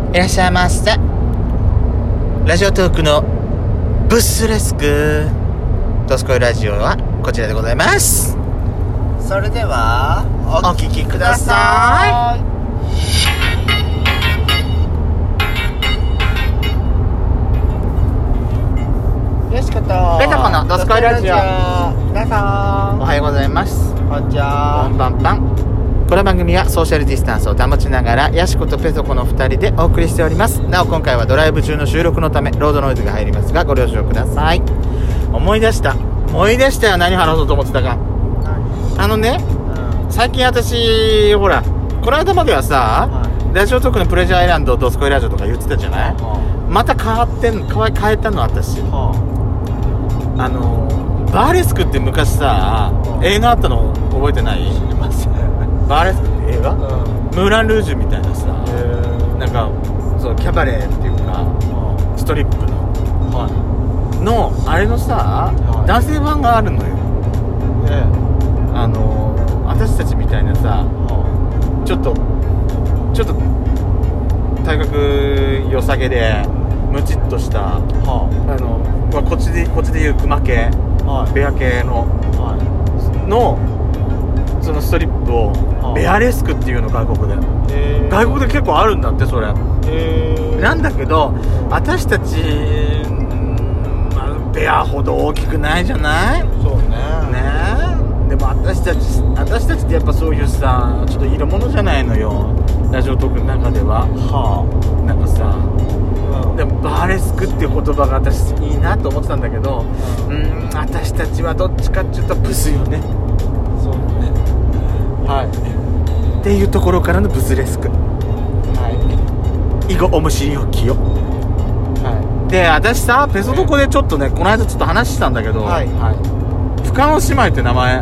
いらっしゃいませ。ラジオトークのブスレスクドスコイラジオはこちらでございます。 それではお聞きください。よしことペタコのドスコイラジオ、 皆さんおはようございます。 こんにちは。 こんばんぱん。この番組はソーシャルディスタンスを保ちながらヤシコとペソコの2人でお送りしております。なお今回はドライブ中の収録のためロードノイズが入りますがご了承ください。思い出したよ。何話そうと思ってたか。最近私ほらこの間まではさ、ラジオトークのプレジャーアイランドドスコイラジオとか言ってたじゃない。また変えたの私。バーレスクって昔さ、映画あったの覚えてない？知りません。バーレスクって映画？ムーランルージュみたいなさ、なんかそうキャバレーっていうか、ストリップの、あれのさ、男性版があるのよ。私たちみたいなさ、ちょっと体格良さげでムチっとした、こっちでいうクマ系、ベア系の、そのストリップをベアレスクっていうの、外国で結構あるんだってそれ。なんだけど私たち、ベアほど大きくないじゃない。 そうね。 でも私たちってやっぱそういうさ、ちょっと色物じゃないのよ、ラジオトークの中では。なんかさ、でもバーレスクっていう言葉が私いいなと思ってたんだけど、私たちはどっちかっていうとブスよね。 そうね。 っていうところからのブスレスク。以後おもしりおきよ。で私さ、ペソドコでちょっとね、この間ちょっと話したんだけど、不可能姉妹って名前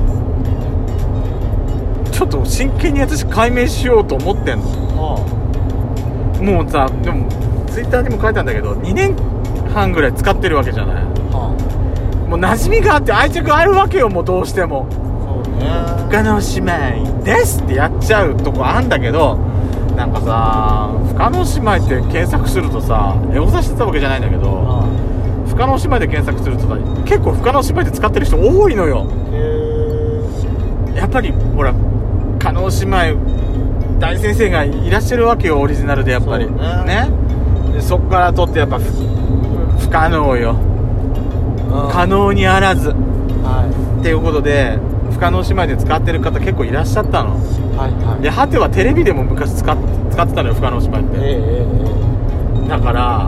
ちょっと真剣に私解明しようと思ってんの。もうさ、でもツイッターにも書いたんだけど、2年半ぐらい使ってるわけじゃない。もう馴染みがあって愛着あるわけよ、もうどうしても。不可能姉妹ですってやっちゃうとこあんだけど、なんかさ、不可能姉妹って検索するとさ、エゴサしてたわけじゃないんだけど、不可能姉妹で検索するとさ、結構不可能姉妹で使ってる人多いのよ。やっぱりほら可能姉妹大先生がいらっしゃるわけよ、オリジナルでやっぱりね。でそっから取ってやっぱ不可能よ、可能にあらず、っていうことで不可能姉妹で使ってる方結構いらっしゃったの。ではてはテレビでも昔使ってたのよ、不可能姉妹って。だから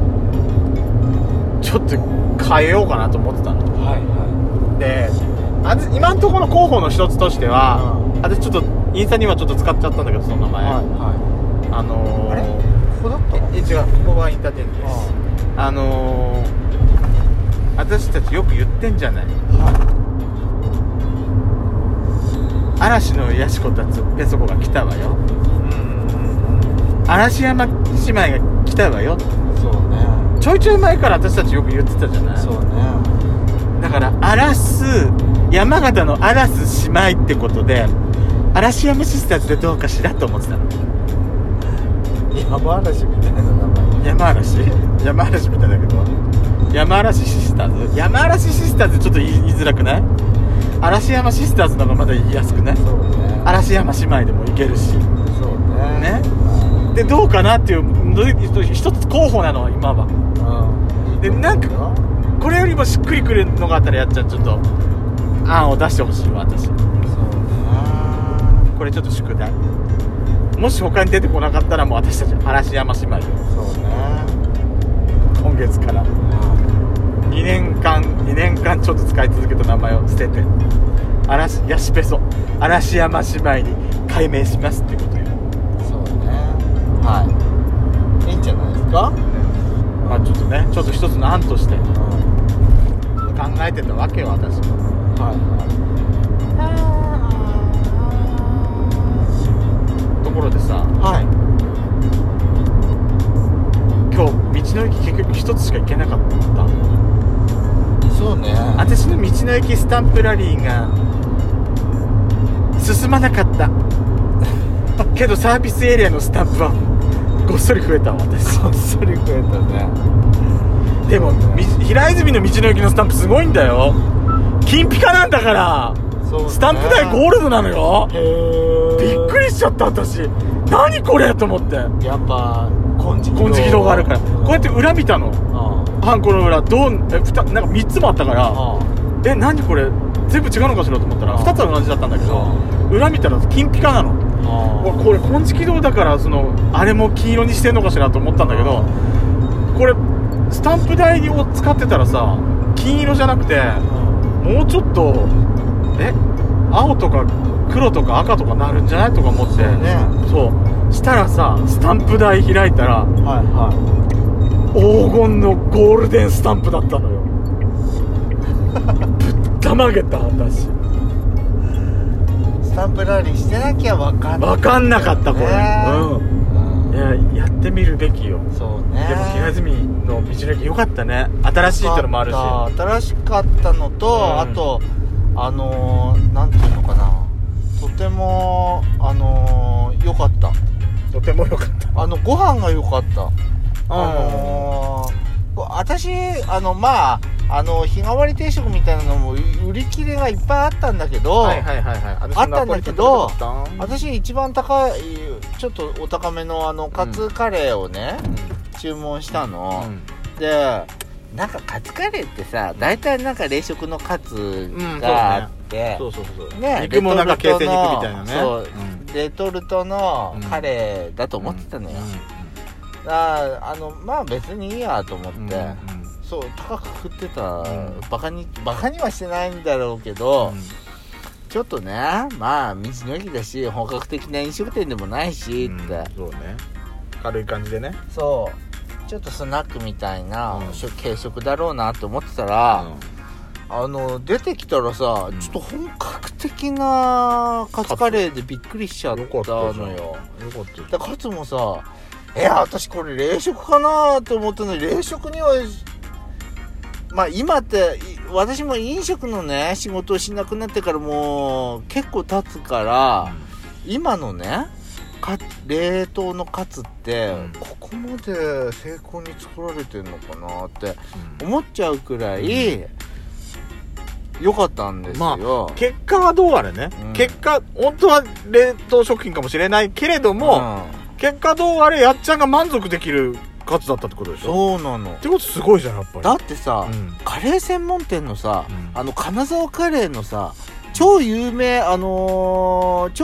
ちょっと変えようかなと思ってたの。で今のところの候補の一つとしては、私ちょっとインスタにはちょっと使っちゃったんだけど、その名前、あれここだった？違う、ここはインターテインメントです。私たちよく言ってんじゃない、嵐のヤシコたつペソコが来たわよ、嵐山姉妹が来たわよ。 そうね。 ちょいちょい前から私たちよく言ってたじゃない。 そうね。 だから山形の嵐姉妹ってことで、嵐山シスターズでどうかしらと思ってたの。 山嵐みたいな名前。 山嵐みたいだけど、山嵐シスターズ、山嵐シスターズちょっと言いづらくない？嵐山シスターズの方がまだ言いやすくない？ そうね。 嵐山姉妹でもいけるし。 そうね。 でどうかなっていう一つ候補なの今は。でなんかこれよりもしっくりくるのがあったらちょっと案を出してほしいわ私。 そうね。 これちょっと宿題。もし他に出てこなかったらもう私たち嵐山姉妹よ。 そうね。 今月から2年間ちょっと使い続けた名前を捨ててヤシペソ嵐山姉妹に改名しますってことよ。 そうね。いいんじゃないですか。 ちょっとね、ちょっと一つの案として考えてたわけよ私も。ところでさ、今日道の駅結局一つしか行けなかった。 そうね。 私の道の駅スタンプラリーが進まなかったけどサービスエリアのスタンプはごっそり増えたわ私。 ごっそり増えたね。 でも平泉の道の駅のスタンプすごいんだよ。金ピカなんだから、 そうね、 スタンプ代ゴールドなのよ。 へー、 びっくりしちゃった私。何これと思って。 やっぱ金色堂があるから、こうやって裏見たの。ハンコの裏なんか3つもあったから、何これ全部違うのかしらと思ったら2つは同じだったんだけど、裏見たら金ピカなの。これ金色堂だからあれも金色にしてんのかしらと思ったんだけど、これスタンプ台を使ってたらさ、金色じゃなくてもうちょっと青とか黒とか赤とかなるんじゃないとか思って、そうしたらさ、スタンプ台開いたら、黄金のゴールデンスタンプだったのよ。ぶったまげた私。 スタンプラリーしてなきゃ分かんなかったこれ、いや、やってみるべきよ。 そうね。 でも平泉の道の駅良かったね。新しいってのもあるし、 新しかったのと、あとなんていうのかな、とても良かった。 とても良かった。 ご飯が良かった。私日替わり定食みたいなのも売り切れがいっぱいあったんだけど、あったんだけど、私一番高い、ちょっとお高めのカツカレーをね、注文したの。で、なんかカツカレーってさ、大体なんか冷食のカツがあって、 肉もなんか形成肉みたいなね。 そう、レトルトのカレーだと思ってたのよ。別にいいやと思って、そう高く食ってた、バカにはしてないんだろうけど、ちょっとね、道の駅だし本格的な飲食店でもないしって、 そうね、軽い感じでね、 そうちょっとスナックみたいな軽食だろうなと思ってたら、出てきたらさ、ちょっと本格的なカツカレーでびっくりしちゃったのよ。でカツもさ、私これ冷食かなと思ったのに、冷食には今って私も飲食のね仕事をしなくなってからもう結構経つから、今のね冷凍のカツって、ここまで精巧に作られてるのかなって思っちゃうくらい良かったんですよ。 結果はどうあれね、結果本当は冷凍食品かもしれないけれども、結果どうあれやっちゃんが満足できるカツだったってことでしょ。 そうなの。 ってことすごいじゃんやっぱり。 だってさ、カレー専門店のさ、金沢カレーのさ、超有名なち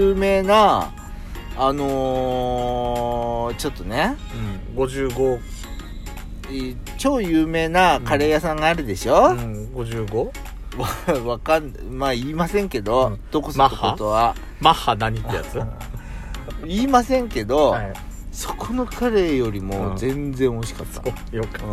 ょっとね、 55 超有名なカレー屋さんがあるでしょ。 55 言いませんけど、どこそことはマッハ何ってやつ言いませんけど、そこのカレーよりも全然美味しかった。 よかった、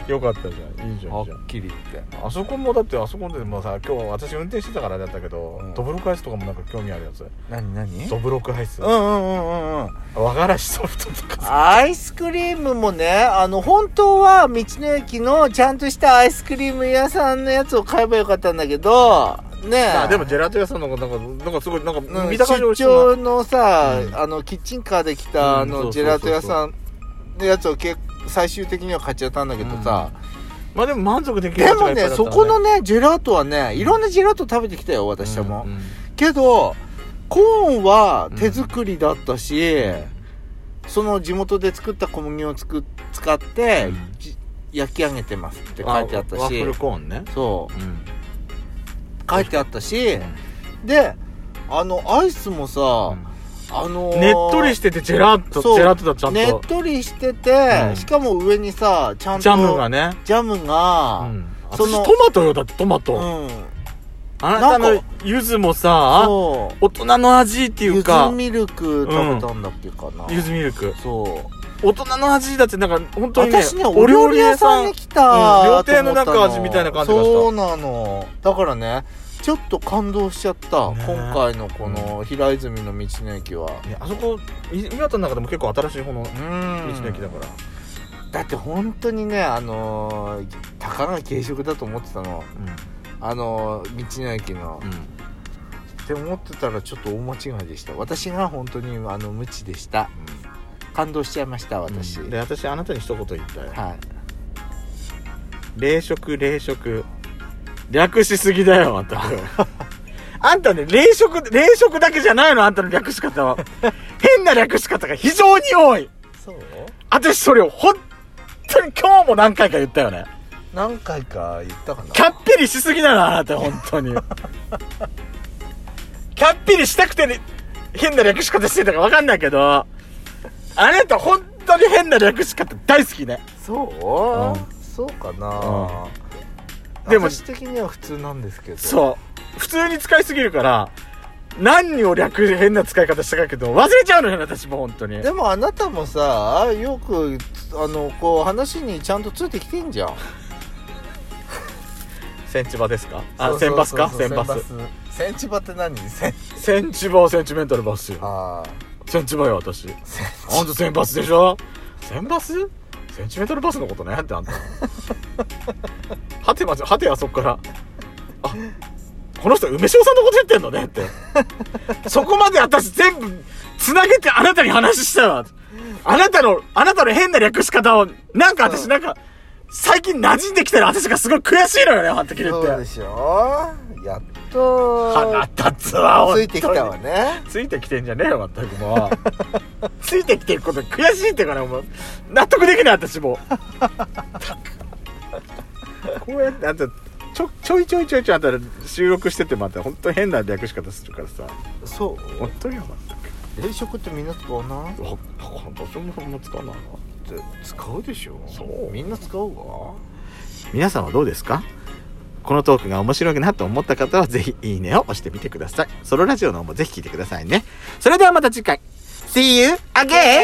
よかったじゃん。いいじゃん。 はっきり言って、 あそこもだってあそこでもさ、今日私運転してたからだったけど、どぶろくアイスとかもなんか興味あるやつ。 何どぶろくアイス。和がらしソフトとかさ、アイスクリームもね、本当は道の駅のちゃんとしたアイスクリーム屋さんのやつを買えばよかったんだけどね。 でもジェラート屋さんのなんかすごいなんか見た感じ美味しいな。 出張のさ、キッチンカーで来たジェラート屋さんのやつを最終的には買っちゃったんだけどさ、 でも満足できる。 でもね、そこのねジェラートはね、いろんなジェラート食べてきたよ私も、けどコーンは手作りだったし、その地元で作った小麦を使って焼き上げてますって書いてあったし、 ワッフルコーンね、 書いてあったし、でアイスもさ、 ねっとりしててジェラートだ、ちゃんとねっとりしてて、しかも上にさちゃんとジャムが、そのトマトよ、だってトマト、あなたの柚子もさ、大人の味っていうか、 柚子ミルク食べたんだっけかな、 柚子ミルク、 そう大人の味だって、なんか本当にね、 私ねお料理屋さんに来た料亭の中味みたいな感じがした。 そうなの。だからねちょっと感動しちゃった、今回のこの平泉の道の駅は、 あそこ岩手の中でも結構新しい方の道の駅だから。 だって本当にねたかが軽食だと思ってたの、道の駅の、って思ってたらちょっと大間違いでした。私が本当に無知でした、 感動しちゃいました私、 で私あなたに一言言ったよ、 はい、 冷食略しすぎだよあんたあんたね冷食だけじゃないのあんたの略し方は変な略し方が非常に多い。 そう私それを本当に今日も何回か言ったよね。 何回か言ったかな。 キャッピリしすぎなのあなた本当にキャッピリしたくて、ね、変な略し方してたか分かんないけどあなた本当に変な略し方大好きね。 そう、そうかな、でも私的には普通なんですけど。 そう普通に使いすぎるから何を変な使い方したかけど忘れちゃうのよ私も本当に。 でもあなたもさよくこう話にちゃんとついてきてんじゃん。 センチバですか？センバスか？センバス。 センチバって何？ センチバはセンチメンタルバスよ。センチバよ私。あんたセンバスでしょ？センバス？センチメンタルバスのことねってあんた。はてはそっからこの人梅塩さんのこと言ってんのねってそこまで私全部つなげてあなたに話したわ。あなたの変な略し方をなんか私なんか最近馴染んできてる私がすごい悔しいのよねはっきり言って。 そうでしょ。やっと腹立つわついてきたわね。 ついてきてんじゃねえよ全くもうついてきてること悔しいっていうかねもう納得できない私もこうやってあんたちょいちょいあんた収録しててまた本当に変な略し方するからさ。 そう本当によ冷食ってみんな使うな。 私も使うな。 使うでしょ。 そうみんな使うわ。 皆さんはどうですか？このトークが面白いなと思った方はぜひいいねを押してみてください。ソロラジオの方もぜひ聞いてくださいね。それではまた次回 See you again!